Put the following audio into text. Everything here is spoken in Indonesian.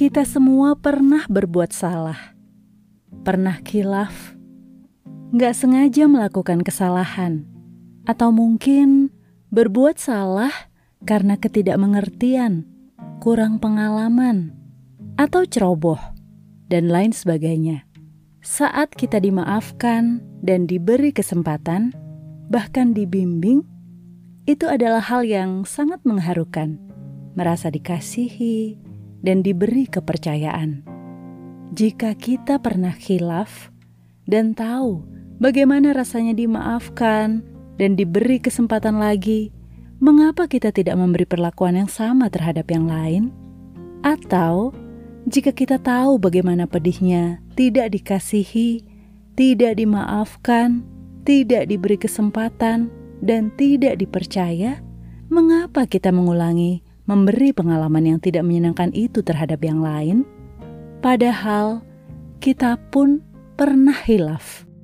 Kita semua pernah berbuat salah, pernah khilaf, gak sengaja melakukan kesalahan, atau mungkin berbuat salah karena ketidakmengertian, kurang pengalaman, atau ceroboh, dan lain sebagainya. Saat kita dimaafkan dan diberi kesempatan, bahkan dibimbing, itu adalah hal yang sangat mengharukan, merasa dikasihi dan diberi kepercayaan. Jika kita pernah khilaf dan tahu bagaimana rasanya dimaafkan dan diberi kesempatan lagi, mengapa kita tidak memberi perlakuan yang sama terhadap yang lain? Atau jika kita tahu bagaimana pedihnya tidak dikasihi, tidak dimaafkan, tidak diberi kesempatan, dan tidak dipercaya, mengapa kita mengulangi memberi pengalaman yang tidak menyenangkan itu terhadap yang lain? Padahal kita pun pernah khilaf.